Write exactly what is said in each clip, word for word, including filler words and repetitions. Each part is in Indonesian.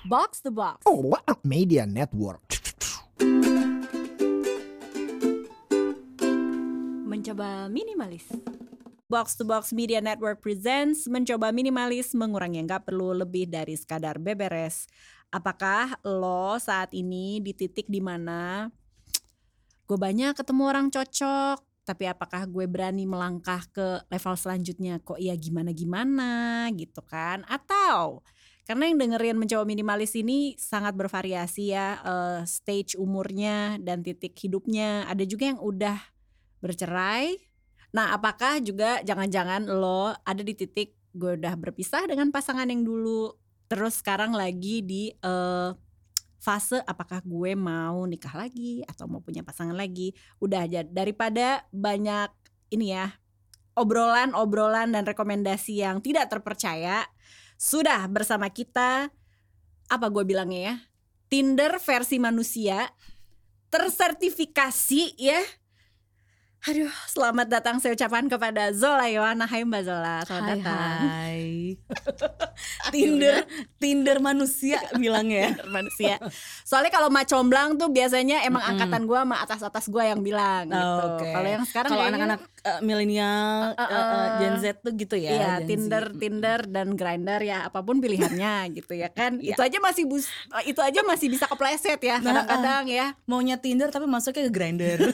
Box the Box. Oh, what a media network. Mencoba minimalis. Box to Box Media Network presents mencoba minimalis, mengurangi yang gak perlu lebih dari sekadar beberes. Apakah lo saat ini di titik dimana gue banyak ketemu orang cocok, tapi apakah gue berani melangkah ke level selanjutnya? Kok ya gimana-gimana gitu kan? Atau karena yang dengerin mencoba minimalis ini sangat bervariasi ya, uh, stage umurnya dan titik hidupnya. Ada juga yang udah bercerai. Nah, apakah juga jangan-jangan lo ada di titik gue udah berpisah dengan pasangan yang dulu, terus sekarang lagi di uh, fase apakah gue mau nikah lagi atau mau punya pasangan lagi. Udah aja, daripada banyak ini ya obrolan-obrolan dan rekomendasi yang tidak terpercaya, sudah bersama kita, apa gue bilangnya ya, Tinder versi manusia, tersertifikasi ya. Aduh, selamat datang saya ucapkan kepada Zola Yohana. Hai Mbak Zola, selamat hai, datang. Hai, Tinder, Tinder manusia bilangnya. Tinder manusia. Soalnya kalau macomblang tuh biasanya emang Mm-mm. angkatan gue sama atas-atas gue yang bilang gitu. Oh, okay. Kalau yang sekarang kalau kayaknya, anak-anak uh, milenial, Uh, uh, uh, uh, Gen Z tuh gitu ya. iya, Gen Z. Tinder, Tinder dan Grindr ya, apapun pilihannya gitu ya kan. Iya. Itu aja masih bus, itu aja masih bisa kepleset ya Nah, kadang-kadang ya. Maunya Tinder tapi masuknya ke Grindr.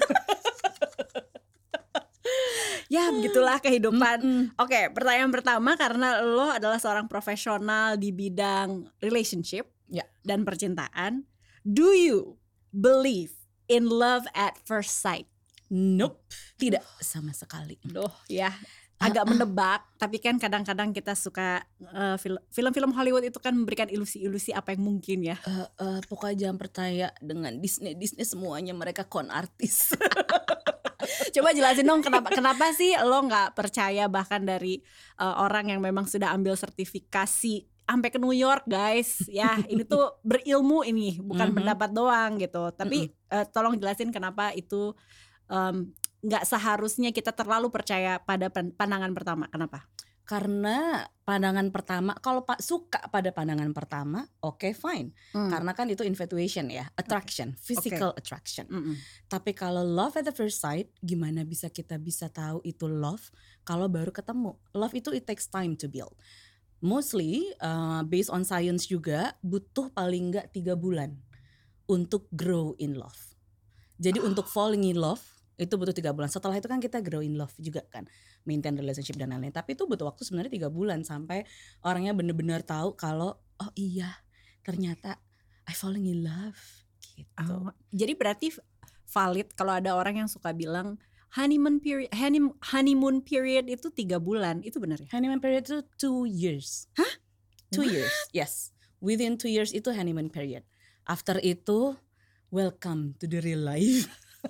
Ya begitulah kehidupan. Mm-mm. Oke, pertanyaan pertama, karena lo adalah seorang profesional di bidang relationship Ya. dan percintaan. Do you believe in love at first sight? Nope, tidak sama sekali. Duh ya, agak menebak. Tapi kan kadang-kadang kita suka uh, fil- film-film Hollywood itu kan memberikan ilusi-ilusi apa yang mungkin ya. Uh, uh, pokoknya jangan percaya dengan Disney, Disney semuanya mereka con artis. Coba jelasin dong kenapa kenapa sih lo nggak percaya bahkan dari uh, orang yang memang sudah ambil sertifikasi sampai ke New York guys ya. Ini tuh berilmu, ini bukan Mhm. pendapat doang gitu. Tapi uh, tolong jelasin kenapa itu um, nggak seharusnya kita terlalu percaya pada pan- pandangan pertama. Kenapa? Karena pandangan pertama, kalau Pak suka pada pandangan pertama, oke okay, fine. Hmm. Karena kan itu infatuation ya, attraction, physical attraction. Mm-mm. Tapi kalau love at the first sight, gimana bisa kita bisa tahu itu love kalau baru ketemu? Love itu it takes time to build. Mostly uh, based on science juga butuh paling nggak tiga bulan untuk grow in love. Jadi untuk falling in love itu butuh tiga bulan. Setelah itu kan kita grow in love juga kan, maintain relationship dan lain-lain. Tapi itu butuh waktu sebenarnya tiga bulan sampai orangnya benar-benar tahu kalau oh iya ternyata I falling in love gitu. Oh, jadi berarti valid kalau ada orang yang suka bilang honeymoon period, honey- honeymoon period itu tiga bulan, itu benar ya? Honeymoon period itu two years. Hah? Two years, yes. Within two years itu honeymoon period. After itu, welcome to the real life.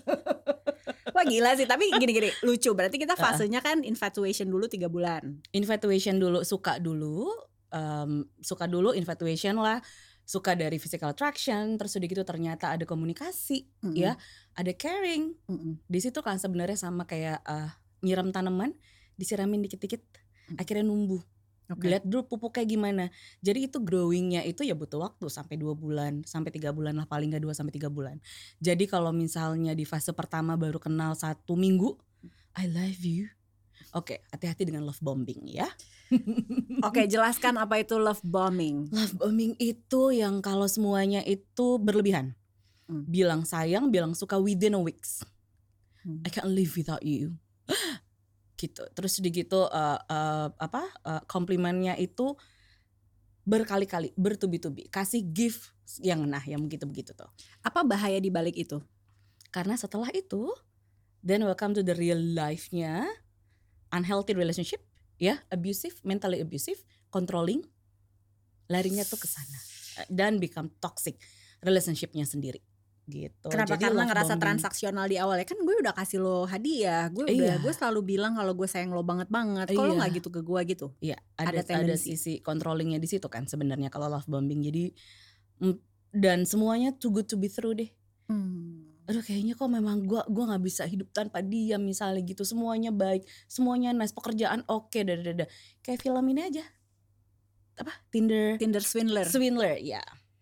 Wah gila sih, tapi gini-gini lucu. Berarti kita fasenya kan infatuation dulu tiga bulan. Infatuation dulu, suka dulu, um, suka dulu, infatuation lah. Suka dari physical attraction, terus udah gitu ternyata ada komunikasi, Mm-mm. ya, ada caring. Mm-mm. Di situ kan sebenarnya sama kayak uh, nyiram tanaman, disiramin dikit-dikit, akhirnya numbuh. Oke. Lihat dulu pupuknya gimana. Jadi itu growingnya itu ya butuh waktu sampai dua bulan, sampai tiga bulan lah, paling gak dua sampai tiga bulan. Jadi kalau misalnya di fase pertama baru kenal satu minggu, I love you. Oke, hati-hati dengan love bombing ya. Oke, jelaskan apa itu love bombing. Love bombing itu yang kalau semuanya itu berlebihan. Hmm. Bilang sayang, bilang suka within a weeks. Hmm. I can't live without you. Gitu. Terus di gitu uh, uh, apa uh, komplimennya itu berkali-kali, bertubi-tubi, kasih gift yang nah yang begitu-begitu tuh. Apa bahaya di balik itu? Karena setelah itu then welcome to the real life-nya, unhealthy relationship, ya, abusive, mentally abusive, controlling, larinya tuh ke sana dan become toxic relationship-nya sendiri. Gitu. Kenapa? Jadi Karena love ngerasa bombing. transaksional di awal ya. Kan gue udah kasih lo hadiah, gue udah Iya. gue selalu bilang kalau gue sayang lo banget banget. Kalau Iya. nggak gitu ke gue gitu. Iya, ada Ada ada, tendensi. sisi controllingnya di situ kan sebenarnya kalau love bombing. Jadi mm, dan semuanya too good to be true deh. Hmm. Aduh kayaknya kok memang gue gua nggak bisa hidup tanpa dia misalnya gitu. Semuanya baik, semuanya nice, pekerjaan oke, okay, dada-dada. Kayak film ini aja. Apa? Tinder Tinder swindler. Swindler, ya.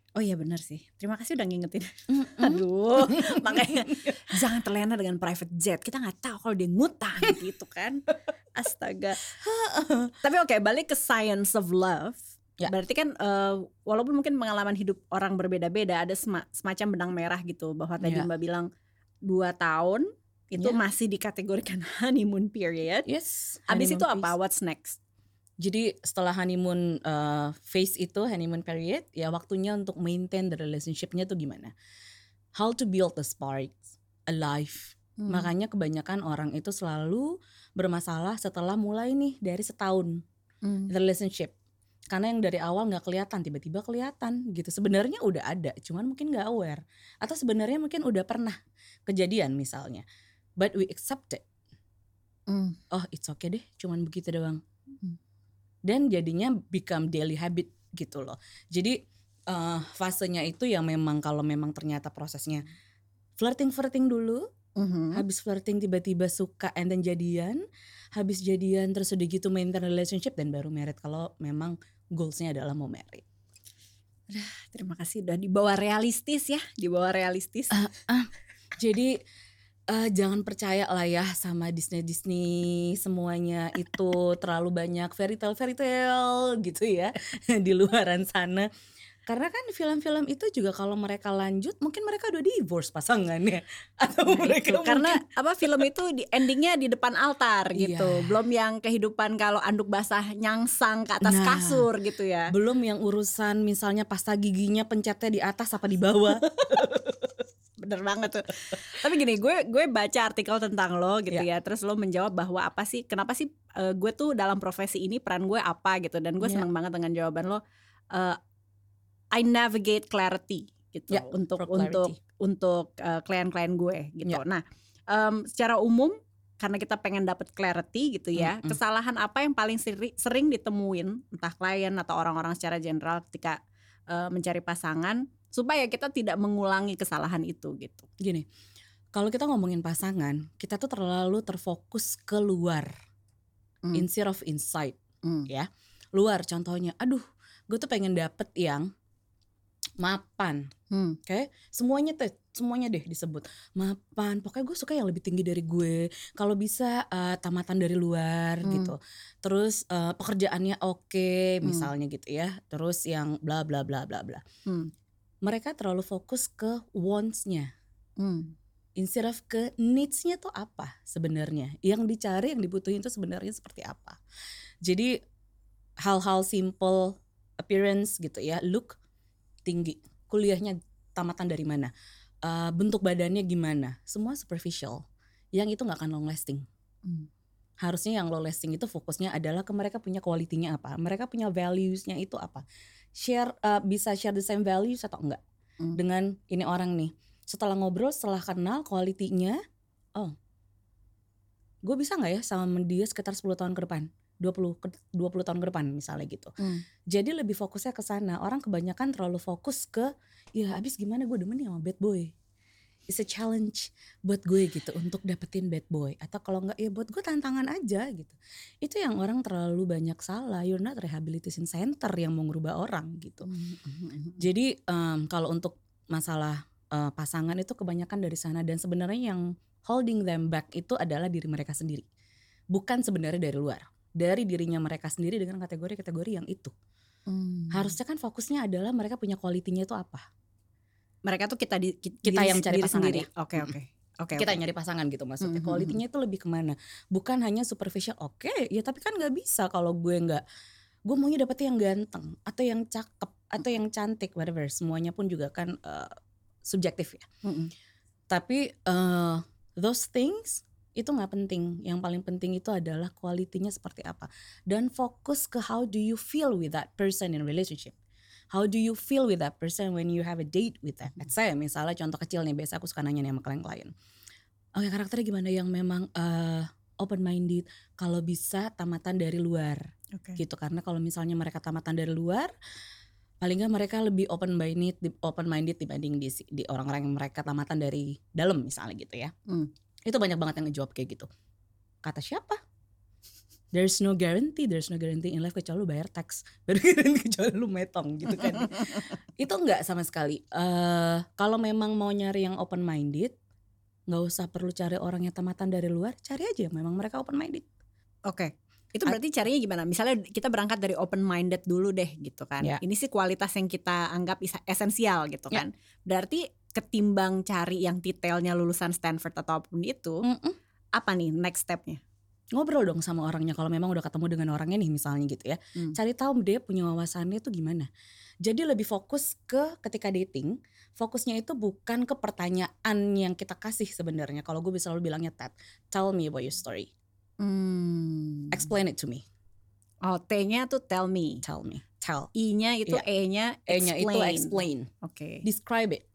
Oh iya benar sih. Terima kasih udah ngingetin. Mm-mm. Aduh, makanya jangan terlena dengan private jet. Kita nggak tahu kalau dia ngutang gitu kan. Astaga. Tapi oke, balik ke science of love. Ya. Berarti kan eh, walaupun mungkin pengalaman hidup orang berbeda-beda, ada sema- semacam benang merah gitu. Bahwa tadi Ya. Mbak bilang dua tahun itu Ya. masih dikategorikan honeymoon period. Yes. Habis itu honeymoon apa? phase. What's next? Jadi setelah honeymoon uh, phase itu, honeymoon period, ya waktunya untuk maintain the relationship-nya tuh gimana? How to build the sparks alive. Hmm. Makanya kebanyakan orang itu selalu bermasalah setelah mulai nih dari setahun Hmm. the relationship. Karena yang dari awal nggak kelihatan, tiba-tiba kelihatan gitu. Sebenarnya udah ada, cuman mungkin nggak aware. Atau sebenarnya mungkin udah pernah kejadian misalnya. But we accept it. Hmm. Oh it's okay deh, cuman begitu doang. Hmm. Dan jadinya become daily habit gitu loh. Jadi uh, fasenya itu ya memang kalau memang ternyata prosesnya flirting-flirting dulu, Mhm. habis flirting tiba-tiba suka and then jadian, habis jadian terus udah gitu maintain relationship dan baru married kalau memang goalsnya adalah mau married. Terima kasih udah dibawa realistis ya, dibawa realistis. Uh, uh, jadi uh, jangan percaya lah ya sama Disney Disney semuanya itu terlalu banyak fairy tale fairy tale gitu ya di luaran sana. Karena kan film-film itu juga kalau mereka lanjut mungkin mereka udah divorce pasangannya atau Nah, mereka itu. Karena mungkin- apa film itu di endingnya di depan altar gitu. Iya. Belum yang kehidupan kalau anduk basah nyangsang ke atas Nah. kasur gitu ya. belum yang urusan misalnya pasta giginya pencetnya di atas apa di bawah. Bener banget tuh. Tapi gini, gue gue baca artikel tentang lo gitu Ya. ya. Terus lo menjawab bahwa apa sih, kenapa sih eh, gue tuh dalam profesi ini peran gue apa gitu. Dan gue Ya. seneng banget dengan jawaban lo. eh, I navigate clarity gitu Ya, untuk for untuk clarity. untuk eh, klien-klien gue gitu. Ya. Nah, em, secara umum karena kita pengen dapet clarity gitu ya, Mm-mm. kesalahan apa yang paling seri- sering ditemuin entah klien atau orang-orang secara general ketika eh, mencari pasangan supaya kita tidak mengulangi kesalahan itu gitu. Gini, kalau kita ngomongin pasangan, kita tuh terlalu terfokus keluar Hmm. instead of inside. Hmm. Ya, luar contohnya, aduh gue tuh pengen dapet yang mapan, Hmm. oke, semuanya tuh semuanya deh disebut mapan, pokoknya gue suka yang lebih tinggi dari gue, kalau bisa uh, tamatan dari luar Hmm. gitu, terus uh, pekerjaannya oke Hmm. misalnya gitu ya, terus yang bla bla bla bla bla. Hmm. Mereka terlalu fokus ke wants-nya Hmm. instead of ke needs-nya tuh apa sebenarnya, yang dicari yang dibutuhin tuh sebenarnya seperti apa. Jadi hal-hal simple appearance gitu ya, look tinggi, kuliahnya tamatan dari mana, uh, bentuk badannya gimana, semua superficial, yang itu nggak akan long lasting. Hmm. Harusnya yang long lasting itu fokusnya adalah ke mereka punya quality-nya apa, mereka punya values-nya itu apa, share uh, bisa share the same values atau enggak. Hmm. Dengan ini orang nih, setelah ngobrol, setelah kenal quality-nya, oh gue bisa nggak ya sama dia sekitar sepuluh tahun ke depan, dua puluh ke dua puluh tahun ke depan misalnya gitu. Hmm. Jadi lebih fokusnya ke sana. Orang kebanyakan terlalu fokus ke ya abis gimana gue demen sama bad boy. It's a challenge buat gue gitu untuk dapetin bad boy. Atau kalau enggak ya buat gue tantangan aja gitu. Itu yang orang terlalu banyak salah. You're not rehabilitation center yang mau ngerubah orang gitu. Hmm. Jadi um, kalau untuk masalah uh, pasangan itu kebanyakan dari sana. Dan sebenarnya yang holding them back itu adalah diri mereka sendiri. Bukan sebenarnya dari luar. Dari dirinya mereka sendiri dengan kategori-kategori yang itu. Hmm. Harusnya kan fokusnya adalah mereka punya quality-nya itu apa. Mereka tuh kita di ki- Kita diri- yang cari diri pasangan sendiri. ya. Oke oke. Oke. Kita oke. yang nyari pasangan gitu maksudnya. Mhm, Quality-nya itu lebih kemana. Bukan hanya superficial. Oke ya tapi kan gak bisa kalau gue gak. Gue maunya dapet yang ganteng. Atau yang cakep. Atau yang cantik. Whatever. Semuanya pun juga kan uh, subjektif ya. Mm-mm. Tapi uh, those things itu gak penting. Yang paling penting itu adalah quality-nya seperti apa. Dan fokus ke how do you feel with that person in relationship. How do you feel with that person when you have a date with them. Let's say misalnya contoh kecil nih. Biasa aku suka nanya nih sama klien-klien. Oke karakternya gimana yang memang uh, open minded. Kalau bisa tamatan dari luar Oke. gitu. Karena kalau misalnya mereka tamatan dari luar, paling gak mereka lebih open minded, open minded dibanding di, di orang-orang yang mereka tamatan dari dalam misalnya gitu ya. Hmm. Itu banyak banget yang ngejawab kayak gitu. Kata siapa? There's no guarantee, there's no guarantee in life kecuali lu bayar tax, baru guarantee kecuali lu metong gitu kan. Itu enggak sama sekali. Uh, kalau memang mau nyari yang open minded, nggak usah perlu cari orang yang tamatan dari luar, cari aja memang mereka open minded. Oke. Itu berarti carinya gimana? Misalnya kita berangkat dari open minded dulu deh gitu kan. Ya. Ini sih kualitas yang kita anggap is- esensial gitu Ya. kan. Berarti ketimbang cari yang detailnya lulusan Stanford ataupun itu, Mm-mm. apa nih next stepnya? Ngobrol dong sama orangnya kalau memang udah ketemu dengan orangnya nih misalnya gitu ya. Hmm. Cari tahu dia punya wawasannya tuh gimana. Jadi lebih fokus ke ketika dating, fokusnya itu bukan ke pertanyaan yang kita kasih sebenarnya. Kalau gue bisa selalu bilangnya Ted, tell me about your story. Hmm. Explain it to me. Oh, T-nya tuh tell me. Tell me. Tell. I-nya itu Iya. E-nya E-nya explain. itu explain. Oke. Describe it.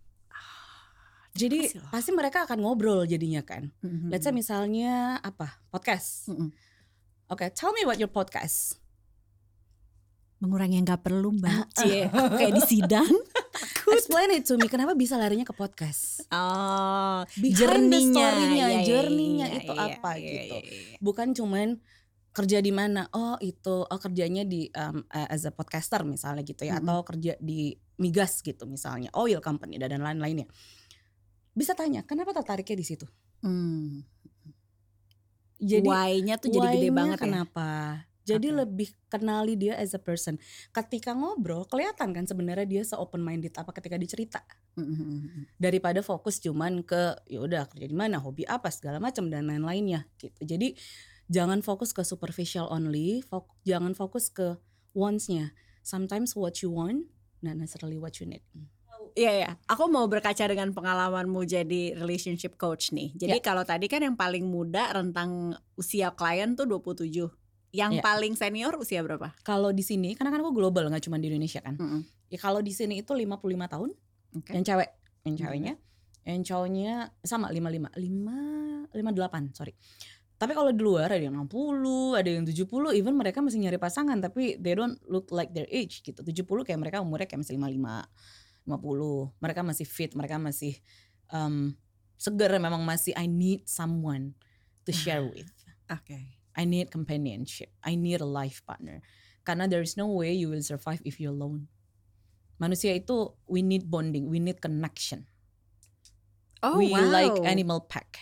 Jadi kasih loh. pasti mereka akan ngobrol jadinya kan. Mhm. Let's say misalnya apa? Podcast. Mhm. Oke, tell me about your podcast. Mengurangi yang gak perlu mbak. Cie, aku kayak di sidang. Explain it to me. Kenapa bisa larinya ke podcast? Oh, Behind the journey-nya. story-nya, Iya, iya, journey-nya iya, itu iya, apa iya, gitu. iya, iya. Bukan cuman kerja di mana. Oh itu, oh kerjanya di um, as a podcaster misalnya gitu ya, Mm-mm. atau kerja di migas gitu misalnya, oil company dan lain-lainnya. Bisa tanya, kenapa tertariknya di situ? Hmm. Jadi Why-nya tuh jadi gede why-nya banget ya. kenapa? Jadi Oke. lebih kenali dia as a person. Ketika ngobrol kelihatan kan sebenarnya dia se-open minded apa ketika dicerita. Mhm. Daripada fokus cuman ke ya udah kerja di mana, hobi apa segala macam dan lain-lainnya gitu. Jadi jangan fokus ke superficial only, fok- jangan fokus ke wants-nya. Sometimes what you want not necessarily what you need. Iya ya, aku mau berkaca dengan pengalamanmu jadi relationship coach nih. Jadi Ya. kalau tadi kan yang paling muda rentang usia klien tuh dua puluh tujuh. Yang Ya. paling senior usia berapa? Kalau di sini karena kan aku global nggak cuma di Indonesia kan. Mm-mm. Ya kalau di sini itu lima puluh lima tahun. Oke. Yang cewek, yang ceweknya, yang cowoknya sama lima puluh lima, lima lima delapan, sorry. Tapi kalau di luar ada yang enam puluh, ada yang tujuh puluh, even mereka masih nyari pasangan tapi they don't look like their age gitu. tujuh puluh kayak mereka umurnya kayak masih lima puluh lima, lima puluh. Mereka masih fit, mereka masih um, segar, memang masih I need someone to share with. Oke. I need companionship. I need a life partner. Karena there is no way you will survive if you're alone. Manusia itu we need bonding, we need connection. Oh we wow. like animal pack.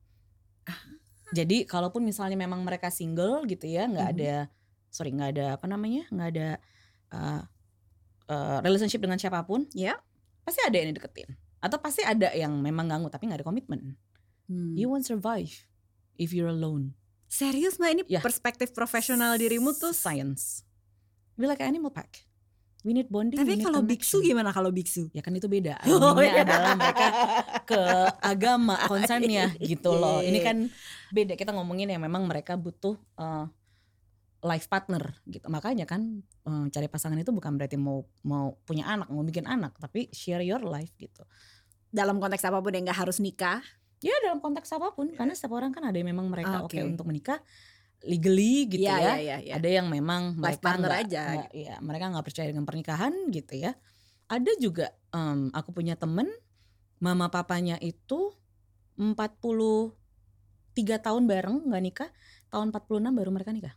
Jadi kalaupun misalnya memang mereka single gitu ya, nggak Mhm. ada, sorry nggak ada apa namanya, nggak ada uh, uh, relationship dengan siapapun, Ya. pasti ada yang dideketin. Atau pasti ada yang memang ganggu tapi nggak ada komitmen. Hmm. You won't survive if you're alone. Serius mbak, ini Ya. perspektif profesional dirimu tuh. Science. We like animal pack. We need bonding. Tapi we need kalau biksu connection. gimana kalau biksu? Ya kan itu beda. Oh, Artinya iya. adalah mereka ke agama concernnya gitu loh. Ini kan beda, kita ngomongin yang memang mereka butuh uh, life partner gitu. Makanya kan uh, cari pasangan itu bukan berarti mau mau punya anak, mau bikin anak, tapi share your life gitu. Dalam konteks apapun yang gak harus nikah. Ya dalam konteks apapun, karena setiap orang kan ada yang memang mereka oke Oke. untuk menikah legally gitu Iya, ya. iya, iya, iya. Ada yang memang Life mereka partner nggak- aja nggak- ya, mereka nggak percaya dengan pernikahan gitu ya. Ada juga em, aku punya temen mama papanya itu empat puluh tiga tahun bareng nggak nikah, tahun empat puluh enam baru mereka nikah.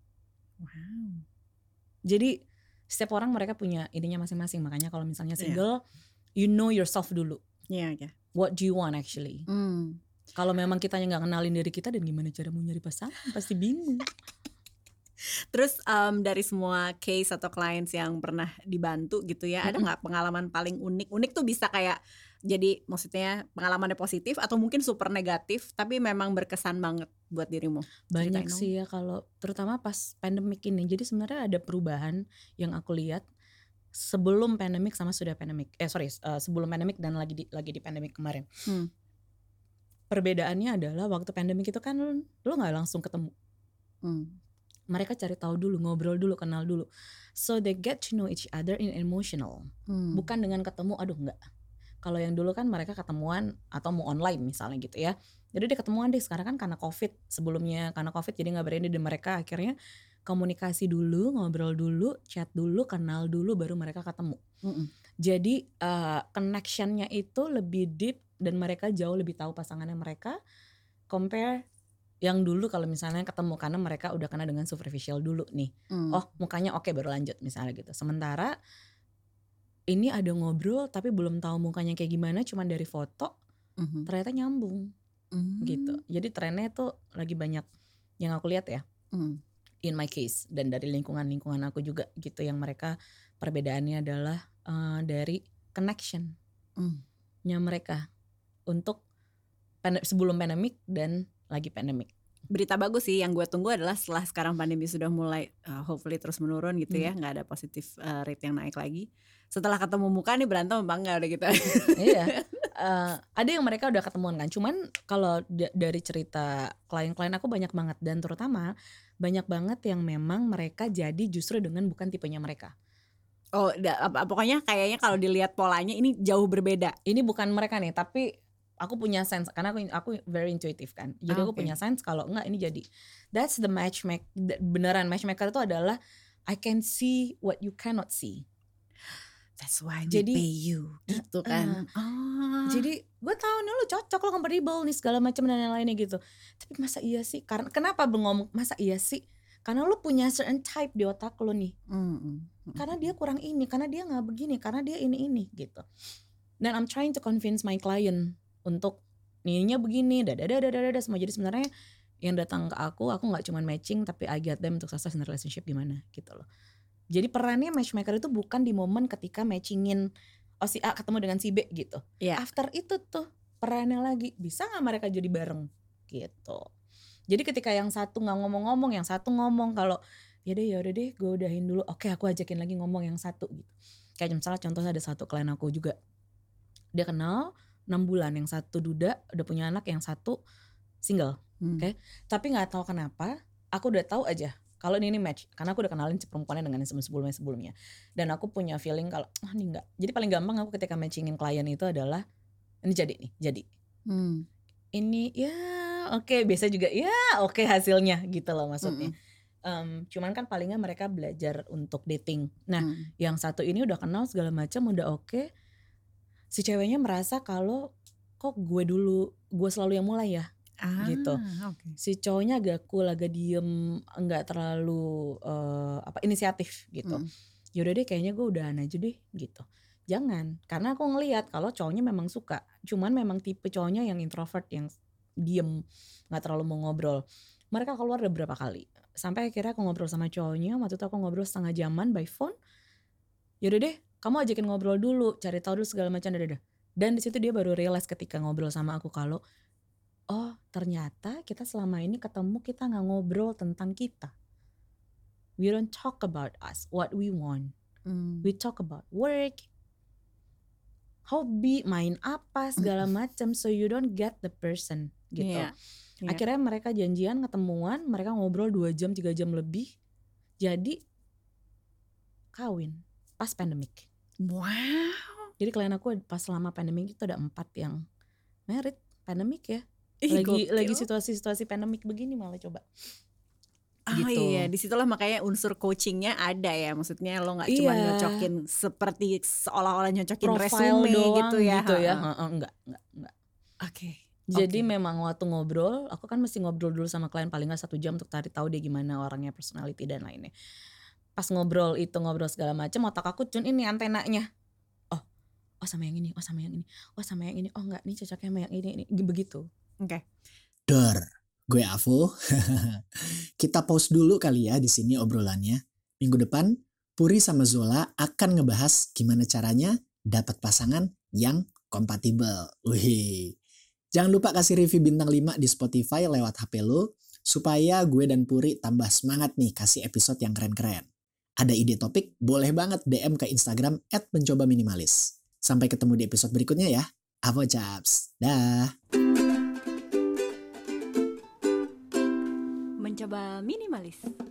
Wow. Jadi setiap orang mereka punya ininya masing-masing. Makanya kalau misalnya Iya. single, you know yourself dulu. Iya, iya. What do you want actually? Hmm. Kalau memang kitanya nggak kenalin diri kita, dan gimana cara mau nyari pasangan, pasti bingung. Terus um, dari semua case atau clients yang pernah dibantu gitu ya, ada Mm-mm. nggak pengalaman paling unik? Unik tuh bisa kayak jadi maksudnya pengalamannya positif atau mungkin super negatif, tapi memang berkesan banget buat dirimu. Banyak Ceritain sih ya, kalau terutama pas pandemik ini. Jadi sebenarnya ada perubahan yang aku lihat sebelum pandemik sama sudah pandemik. Eh sorry, uh, sebelum pandemik dan lagi di lagi di pandemik kemarin. Hmm. Perbedaannya adalah waktu pandemik itu kan lu nggak langsung ketemu. Hmm. Mereka cari tahu dulu, ngobrol dulu, kenal dulu. So they get to know each other in emotional. Hmm. Bukan dengan ketemu, aduh enggak. Kalau yang dulu kan mereka ketemuan atau mau online misalnya gitu ya. Jadi dia ketemuan deh, sekarang kan karena covid. Sebelumnya karena covid jadi gak berani, dan mereka akhirnya komunikasi dulu, ngobrol dulu, chat dulu, kenal dulu, baru mereka ketemu. Mm-mm. Jadi uh, connectionnya itu lebih deep dan mereka jauh lebih tahu pasangannya mereka compare yang dulu kalau misalnya ketemu karena mereka udah kenal dengan superficial dulu nih. Hmm. Oh mukanya oke baru lanjut misalnya gitu. Sementara ini ada ngobrol tapi belum tahu mukanya kayak gimana, cuman dari foto Mhm. ternyata nyambung Hmm. gitu. Jadi trennya tuh lagi banyak yang aku lihat ya. Hmm. In my case dan dari lingkungan-lingkungan aku juga gitu, yang mereka perbedaannya adalah uh, dari connection-nya Hmm. mereka untuk pande- sebelum pandemic dan lagi pandemic. Berita bagus sih yang gue tunggu adalah setelah sekarang pandemi sudah mulai uh, hopefully terus menurun gitu ya, nggak ada positif uh, rate yang naik lagi. Setelah ketemu muka nih berantem apa enggak udah gitu. Iya, uh, ada yang mereka udah ketemuan kan. Cuman kalau da- dari cerita klien-klien aku banyak banget, dan terutama banyak banget yang memang mereka jadi justru dengan bukan tipenya mereka. Oh, da- apa- pokoknya kayaknya kalau dilihat polanya ini jauh berbeda. Ini bukan mereka nih, tapi aku punya sense karena aku aku very intuitive kan. Jadi Ah, aku oke. punya sense kalau enggak ini jadi. That's the matchmaker. Beneran matchmaker itu adalah I can see what you cannot see. That's why we Jadi, pay you gitu kan. Oh. Jadi gue tahu nih lo cocok, lo compatible nih segala macam dan lain-lainnya gitu. Tapi masa iya sih? Karena kenapa gue ngomong masa iya sih? Karena lo punya certain type di otak lo nih. Mm, mm, mm. Karena dia kurang ini, karena dia nggak begini, karena dia ini ini gitu. Dan I'm trying to convince my client untuk ininya begini, dadadadadada semua. Jadi sebenarnya yang datang ke aku, aku nggak cuma matching, tapi I get them untuk success in relationship gimana gitu loh. Jadi perannya matchmaker itu bukan di momen ketika matchingin oh si A ketemu dengan si B gitu. Iya. After itu tuh perannya lagi bisa nggak mereka jadi bareng gitu. Jadi ketika yang satu nggak ngomong-ngomong, yang satu ngomong kalau ya deh ya udah deh gue udahin dulu. Oke aku ajakin lagi ngomong yang satu gitu. Kayak misalnya contohnya ada satu klien aku juga, dia kenal enam bulan, yang satu duda udah punya anak, yang satu single. Hmm. Oke, tapi nggak tahu kenapa aku udah tahu aja kalau ini, ini match karena aku udah kenalin si perempuannya dengan yang sebelum-sebelumnya sebelumnya. Dan aku punya feeling kalau oh ini enggak. Jadi paling gampang aku ketika matchingin klien itu adalah ini jadi nih, jadi. Hmm. Ini ya oke, okay, biasa juga ya oke okay, hasilnya gitu loh maksudnya. Mm-mm. Um, cuman kan palingnya mereka belajar untuk dating. Nah, Hmm. yang satu ini udah kenal segala macam, udah oke. Okay. Si ceweknya merasa kalau kok gue dulu, gue selalu yang mulai ya. Ah, Gitu. okay. Si cowoknya agak cool, agak diem, enggak terlalu uh, apa inisiatif gitu. Hmm. Yaudah deh kayaknya gue udahan aja deh gitu. Jangan, karena aku ngelihat kalau cowoknya memang suka, cuman memang tipe cowoknya yang introvert, yang diem, nggak terlalu mau ngobrol. Mereka keluar udah berapa kali, sampai akhirnya aku ngobrol sama cowoknya. Waktu itu aku ngobrol setengah jaman by phone. Yaudah deh, kamu ajakin ngobrol dulu, cari tahu dulu segala macam, dadah. Dan di situ dia baru realize ketika ngobrol sama aku kalau oh ternyata kita selama ini ketemu kita nggak ngobrol tentang kita. We don't talk about us, what we want. Hmm. We talk about work, hobi, main apa segala macam. So you don't get the person gitu. Iya. Iya. Akhirnya mereka janjian ketemuan, mereka ngobrol dua jam tiga jam lebih. Jadi kawin pas pandemic. Wow. Jadi klien aku pas selama pandemic itu ada empat yang married pandemic ya. Ih, Lagi gokil. lagi situasi-situasi pandemic begini malah coba. Oh Gitu. iya, disitulah makanya unsur coachingnya ada ya. Maksudnya lo nggak cuma Iya. nyocokin seperti seolah-olah nyocokin Profile resume doang gitu ya. gitu ya. Ha-ha. Heeh, enggak, enggak, enggak. Oke. Jadi Oke. memang waktu ngobrol, aku kan mesti ngobrol dulu sama klien paling nggak satu jam untuk cari tahu dia gimana orangnya, personality dan lainnya. Pas ngobrol itu ngobrol segala macam, otak aku tune ini antenanya. Oh, oh sama yang ini, oh sama yang ini, oh sama yang ini, oh enggak nih cocoknya sama yang ini, ini begitu. Oke. Dor, gue Avo. Kita pause dulu kali ya di sini obrolannya. Minggu depan, Puri sama Zola akan ngebahas gimana caranya dapat pasangan yang kompatibel. Wih. Jangan lupa kasih review bintang lima di Spotify lewat H P lo, supaya gue dan Puri tambah semangat nih kasih episode yang keren-keren. Ada ide topik? Boleh banget D M ke Instagram at mencoba minimalis. Sampai ketemu di episode berikutnya ya. Avo Chaps. Dah. Mencoba minimalis.